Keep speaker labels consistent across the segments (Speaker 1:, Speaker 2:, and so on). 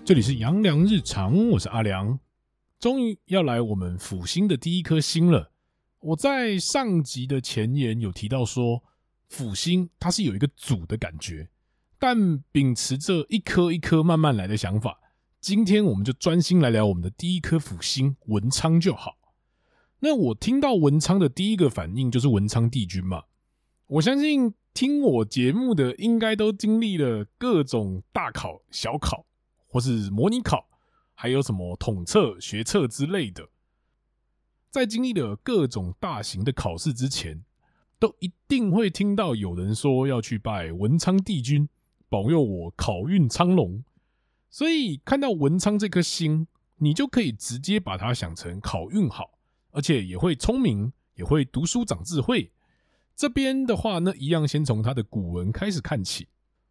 Speaker 1: 这里是杨良日常，我是阿良。终于要来我们辅星的第一颗星了。我在上集的前言有提到说，辅星它是有一个组的感觉，但秉持着一颗一颗慢慢来的想法，今天我们就专心来聊我们的第一颗辅星文昌就好。那我听到文昌的第一个反应就是文昌帝君嘛。我相信听我节目的应该都经历了各种大考、小考，或是模拟考，还有什么统测、学测之类的。在经历了各种大型的考试之前，都一定会听到有人说要去拜文昌帝君，保佑我考运昌隆。所以看到文昌这颗星，你就可以直接把它想成考运好，而且也会聪明，也会读书长智慧。这边的话呢，一样先从它的古文开始看起。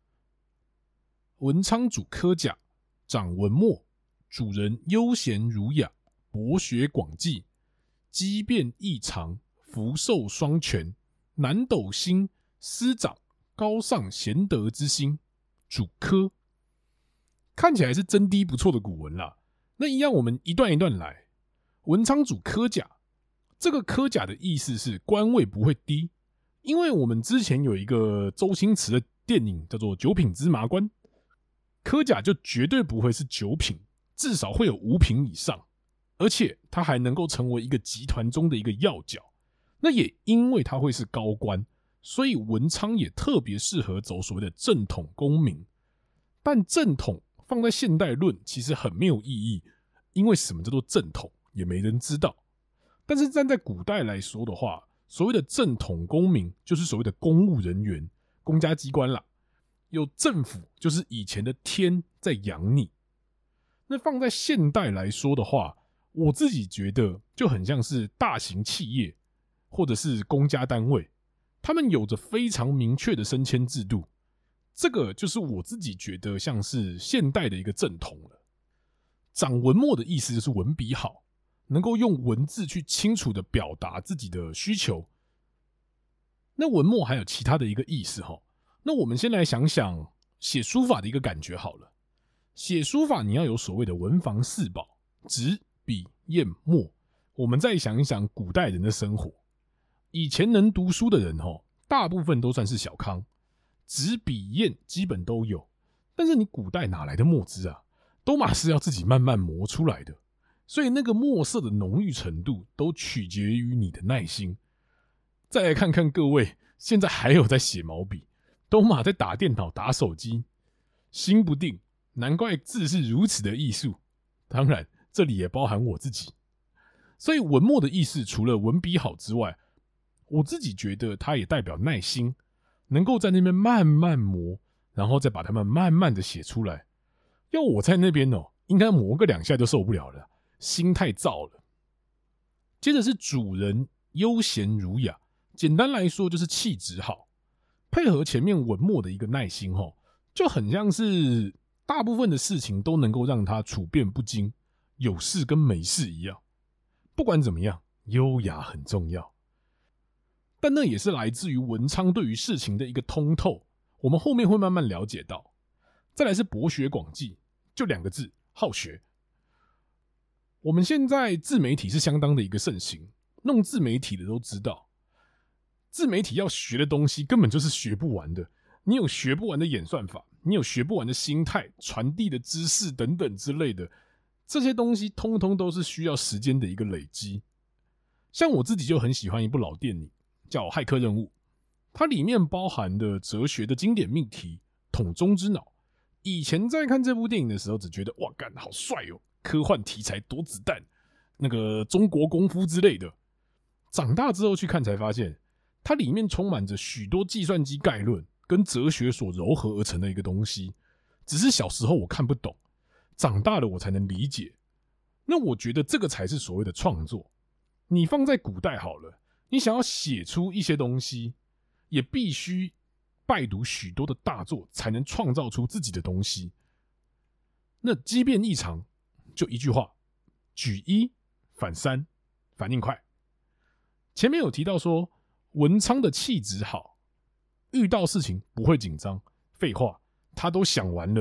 Speaker 1: 文昌主科甲，长文墨，主人悠闲儒雅，博学广记，机变异常，福寿双全，南斗星，司长，高尚贤德之星，主科。看起来是真的不错的古文啦。那一样我们一段一段来。文昌主科甲，这个科甲的意思是官位不会低，因为我们之前有一个周星驰的电影叫做《九品芝麻官》，科甲就绝对不会是9品，至少会有5品以上，而且他还能够成为一个集团中的一个要角。那也因为他会是高官，所以文昌也特别适合走所谓的正统功名。但正统放在现代论其实很没有意义，因为什么叫做正统也没人知道。但是站在古代来说的话，所谓的正统公民就是所谓的公务人员、公家机关啦。有政府就是以前的天在养你。那放在现代来说的话，我自己觉得就很像是大型企业或者是公家单位，他们有着非常明确的升迁制度。这个就是我自己觉得像是现代的一个正统了。长文墨的意思就是文笔好，能够用文字去清楚的表达自己的需求。那文墨还有其他的一个意思齁。那我们先来想想写书法的一个感觉好了。写书法你要有所谓的文房四宝，纸、笔、砚、墨。我们再想一想古代人的生活，以前能读书的人大部分都算是小康，纸、笔、砚基本都有。但是你古代哪来的墨汁啊？都嘛是要自己慢慢磨出来的。所以那个墨色的浓郁程度都取决于你的耐心。再来看看各位现在还有在写毛笔，都嘛在打电脑打手机，心不定，难怪字是如此的艺术。当然这里也包含我自己。所以文墨的意思除了文笔好之外，我自己觉得它也代表耐心，能够在那边慢慢磨，然后再把它们慢慢的写出来。要我在那边应该磨个2下就受不了了，心太燥了。接着是主人悠闲儒雅，简单来说就是气质好，配合前面文墨的一个耐心就很像是大部分的事情都能够让他处变不惊，有事跟没事一样。不管怎么样，优雅很重要。但那也是来自于文昌对于事情的一个通透，我们后面会慢慢了解到。再来是博学广记，就2个字，好学。我们现在自媒体是相当的一个盛行，弄自媒体的都知道，自媒体要学的东西根本就是学不完的。你有学不完的演算法，你有学不完的心态、传递的知识等等之类的，这些东西通通都是需要时间的一个累积。像我自己就很喜欢一部老电影叫《骇客任务》，它里面包含的哲学的经典命题桶中之脑。以前在看这部电影的时候只觉得哇干好帅哦，科幻题材躲子弹，那个中国功夫之类的。长大之后去看才发现，它里面充满着许多计算机概论跟哲学所糅合而成的一个东西，只是小时候我看不懂，长大了我才能理解。那我觉得这个才是所谓的创作。你放在古代好了，你想要写出一些东西，也必须拜读许多的大作，才能创造出自己的东西。那机变异常，就一句话，举1反3，反应快。前面有提到说文昌的气质好，遇到事情不会紧张。废话，他都想完了，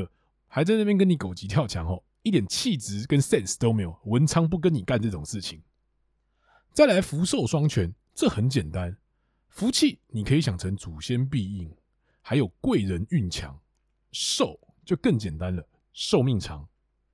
Speaker 1: 还在那边跟你狗急跳墙一点气质跟 sense 都没有，文昌不跟你干这种事情。再来福寿双全，这很简单，福气你可以想成祖先庇应，还有贵人运强，寿就更简单了，寿命长。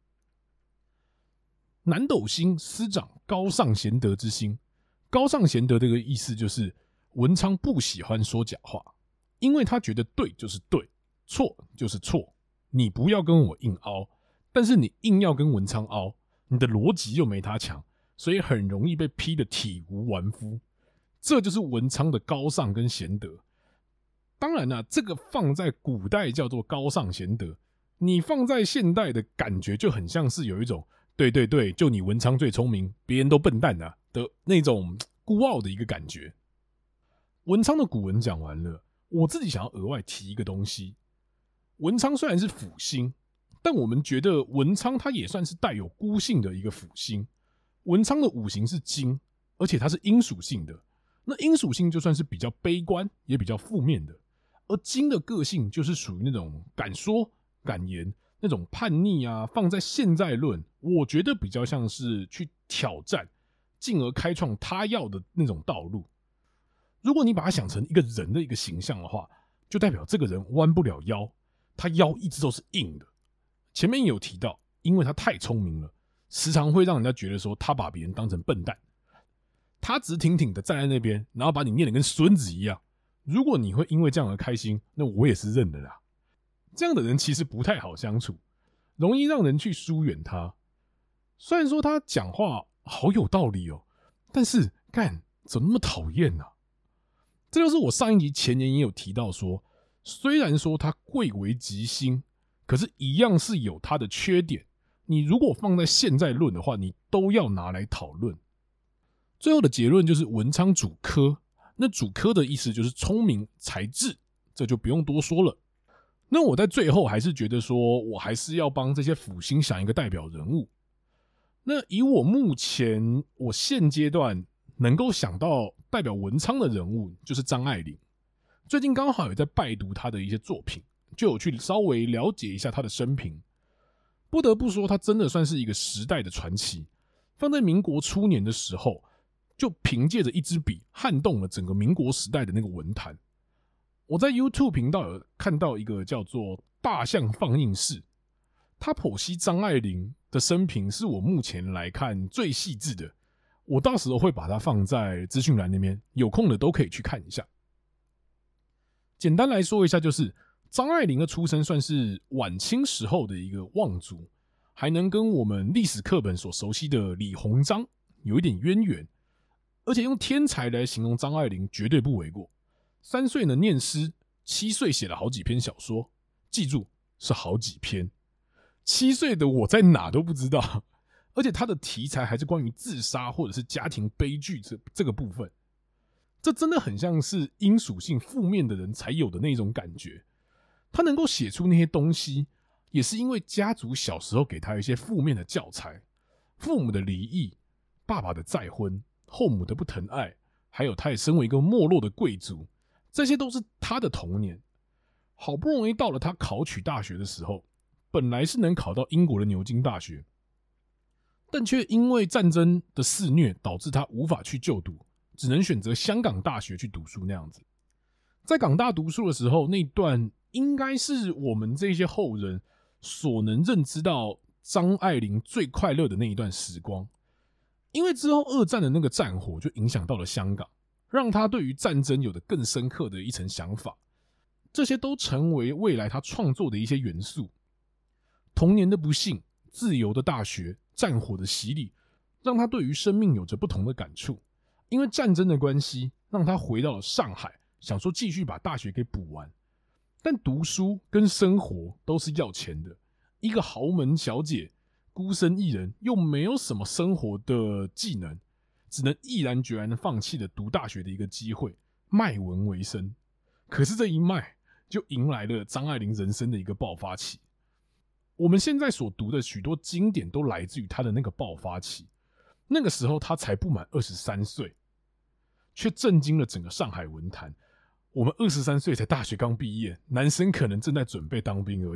Speaker 1: 南斗星司掌高尚贤德之星，高尚贤德这个意思就是文昌不喜欢说假话，因为他觉得对就是对，错就是错，你不要跟我硬凹，但是你硬要跟文昌凹，你的逻辑又没他强，所以很容易被批得体无完肤。这就是文昌的高尚跟贤德。当然啦，这个放在古代叫做高尚贤德，你放在现代的感觉就很像是有一种对对对，就你文昌最聪明，别人都笨蛋啊的那种孤傲的一个感觉。文昌的古文讲完了，我自己想要额外提一个东西。文昌虽然是辅星，但我们觉得文昌它也算是带有孤性的一个辅星。文昌的五行是金，而且它是阴属性的，那阴属性就算是比较悲观也比较负面的，而金的个性就是属于那种敢说敢言，那种叛逆啊，放在现在论，我觉得比较像是去挑战，进而开创他要的那种道路。如果你把它想成一个人的一个形象的话，就代表这个人弯不了腰，他腰一直都是硬的。前面有提到，因为他太聪明了，时常会让人家觉得说他把别人当成笨蛋，他直挺挺的站在那边，然后把你念得跟孙子一样。如果你会因为这样而开心，那我也是认的啦。这样的人其实不太好相处，容易让人去疏远他。虽然说他讲话好有道理但是干怎么那么讨厌啊？这就是我上一集前言也有提到说，虽然说他贵为吉星，可是一样是有他的缺点。你如果放在现在论的话，你都要拿来讨论。最后的结论就是文昌主科，那主科的意思就是聪明才智，这就不用多说了。那我在最后还是觉得说，我还是要帮这些辅星想一个代表人物。那以我目前我现阶段能够想到代表文昌的人物，就是张爱玲。最近刚好有在拜读她的一些作品，就有去稍微了解一下她的生平。不得不说，她真的算是一个时代的传奇。放在民国初年的时候，就凭借着一支笔撼动了整个民国时代的那个文坛。我在 YouTube 频道有看到一个叫做大象放映室，他剖析张爱玲的生平是我目前来看最细致的，我到时候会把它放在资讯栏那边，有空的都可以去看一下。简单来说一下，就是张爱玲的出生算是晚清时候的一个望族，还能跟我们历史课本所熟悉的李鸿章有一点渊源，而且用天才来形容张爱玲绝对不为过。3岁能念诗，7岁写了好几篇小说，记住是好几篇。7岁的我在哪都不知道，而且他的题材还是关于自杀或者是家庭悲剧这个部分，这真的很像是阴属性负面的人才有的那种感觉。他能够写出那些东西，也是因为家族小时候给他一些负面的教材，父母的离异，爸爸的再婚，后母的不疼爱，还有他也身为一个没落的贵族，这些都是他的童年。好不容易到了他考取大学的时候，本来是能考到英国的牛津大学，但却因为战争的肆虐导致他无法去就读，只能选择香港大学去读书那样子。在港大读书的时候，那段应该是我们这些后人所能认知到张爱玲最快乐的那一段时光。因为之后2战的那个战火就影响到了香港，让他对于战争有了更深刻的一层想法，这些都成为未来他创作的一些元素。童年的不幸，自由的大学，战火的洗礼，让他对于生命有着不同的感触。因为战争的关系，让他回到了上海，想说继续把大学给补完。但读书跟生活都是要钱的，一个豪门小姐，孤身一人，又没有什么生活的技能，只能毅然决然的放弃了读大学的一个机会，卖文为生。可是这一卖，就迎来了张爱玲人生的一个爆发期。我们现在所读的许多经典都来自于她的那个爆发期。那个时候她才不满23岁，却震惊了整个上海文坛。我们23岁才大学刚毕业，男生可能正在准备当兵而已，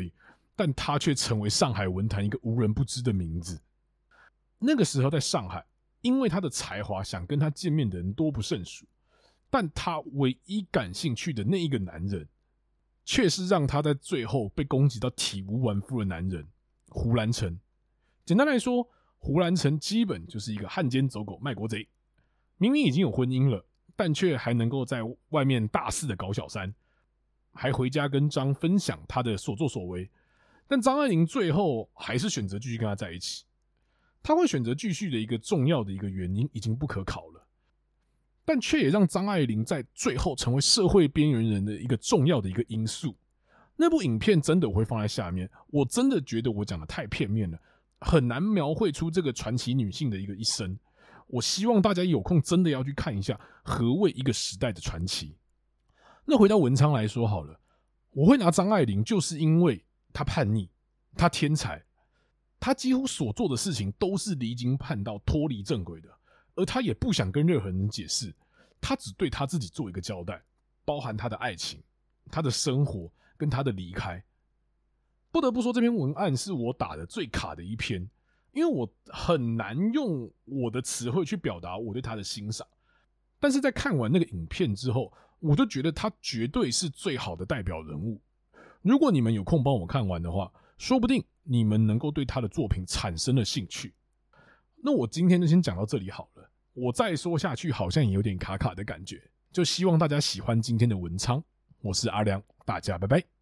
Speaker 1: 但他却成为上海文坛一个无人不知的名字。那个时候在上海，因为他的才华，想跟他见面的人多不胜数，但他唯一感兴趣的那一个男人，却是让他在最后被攻击到体无完肤的男人胡兰成。简单来说，胡兰成基本就是一个汉奸走狗卖国贼，明明已经有婚姻了，但却还能够在外面大肆的搞小三，还回家跟张分享他的所作所为。但张爱玲最后还是选择继续跟他在一起。他会选择继续的一个重要的一个原因已经不可考了，但却也让张爱玲在最后成为社会边缘人的一个重要的一个因素。那部影片真的我会放在下面，我真的觉得我讲的太片面了，很难描绘出这个传奇女性的一个一生。我希望大家有空真的要去看一下何谓一个时代的传奇。那回到文昌来说好了，我会拿张爱玲就是因为她叛逆，她天才，她几乎所做的事情都是离经叛道脱离正轨的，而她也不想跟任何人解释，她只对她自己做一个交代，包含她的爱情，她的生活跟她的离开。不得不说这篇文案是我打的最卡的一篇，因为我很难用我的词汇去表达我对她的欣赏，但是在看完那个影片之后，我就觉得她绝对是最好的代表人物。如果你们有空帮我看完的话，说不定你们能够对他的作品产生了兴趣。那我今天就先讲到这里好了，我再说下去好像也有点卡卡的感觉，就希望大家喜欢今天的文昌。我是阿良，大家拜拜。